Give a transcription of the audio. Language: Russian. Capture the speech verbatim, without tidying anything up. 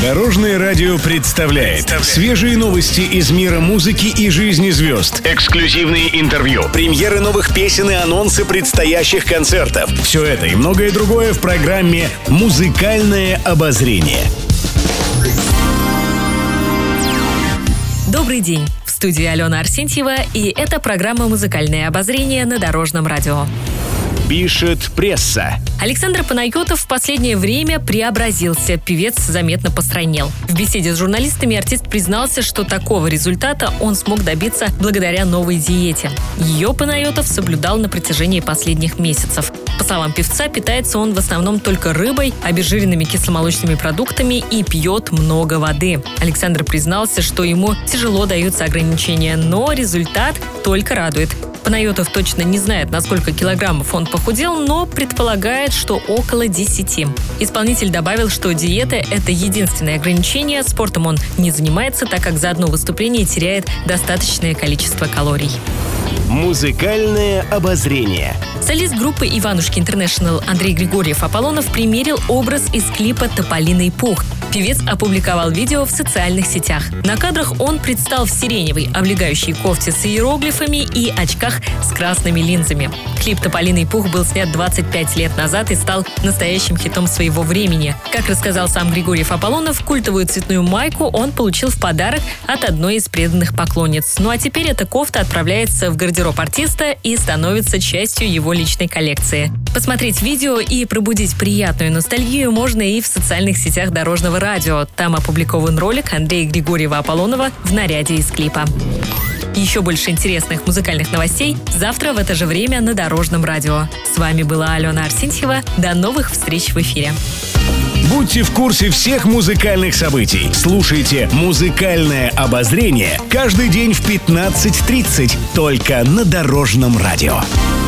Дорожное радио представляет свежие новости из мира музыки и жизни звезд. Эксклюзивные интервью, премьеры новых песен и анонсы предстоящих концертов. Все это и многое другое в программе «Музыкальное обозрение». Добрый день! В студии Алена Арсентьева, и это программа «Музыкальное обозрение» на Дорожном радио. Пишет пресса. Александр Панайотов в последнее время преобразился, певец заметно постройнел. В беседе с журналистами артист признался, что такого результата он смог добиться благодаря новой диете. Ее Панайотов соблюдал на протяжении последних месяцев. По словам певца, питается он в основном только рыбой, обезжиренными кисломолочными продуктами и пьет много воды. Александр признался, что ему тяжело даются ограничения, но результат только радует. Панайотов точно не знает, на сколько килограммов он похудел, но предполагает, что около десяти. Исполнитель добавил, что диета – это единственное ограничение, спортом он не занимается, так как за одно выступление теряет достаточное количество калорий. Музыкальное обозрение. Солист группы «Иванушки Интернешнл» Андрей Григорьев Аполлонов примерил образ из клипа «Тополиный пух». Певец опубликовал видео в социальных сетях. На кадрах он предстал в сиреневой, облегающей кофте с иероглифами и очках с красными линзами. Клип «Тополиный пух» был снят двадцать пять лет назад и стал настоящим хитом своего времени. Как рассказал сам Григорьев Аполлонов, культовую цветную майку он получил в подарок от одной из преданных поклонниц. Ну а теперь эта кофта отправляется в гардероб артиста и становится частью его личной коллекции. Посмотреть видео и пробудить приятную ностальгию можно и в социальных сетях Дорожного радио. Там опубликован ролик Андрея Григорьева Аполлонова в наряде из клипа. Еще больше интересных музыкальных новостей завтра в это же время на Дорожном радио. С вами была Алена Арсентьева. До новых встреч в эфире. Будьте в курсе всех музыкальных событий. Слушайте «Музыкальное обозрение» каждый день в пятнадцать тридцать только на Дорожном радио.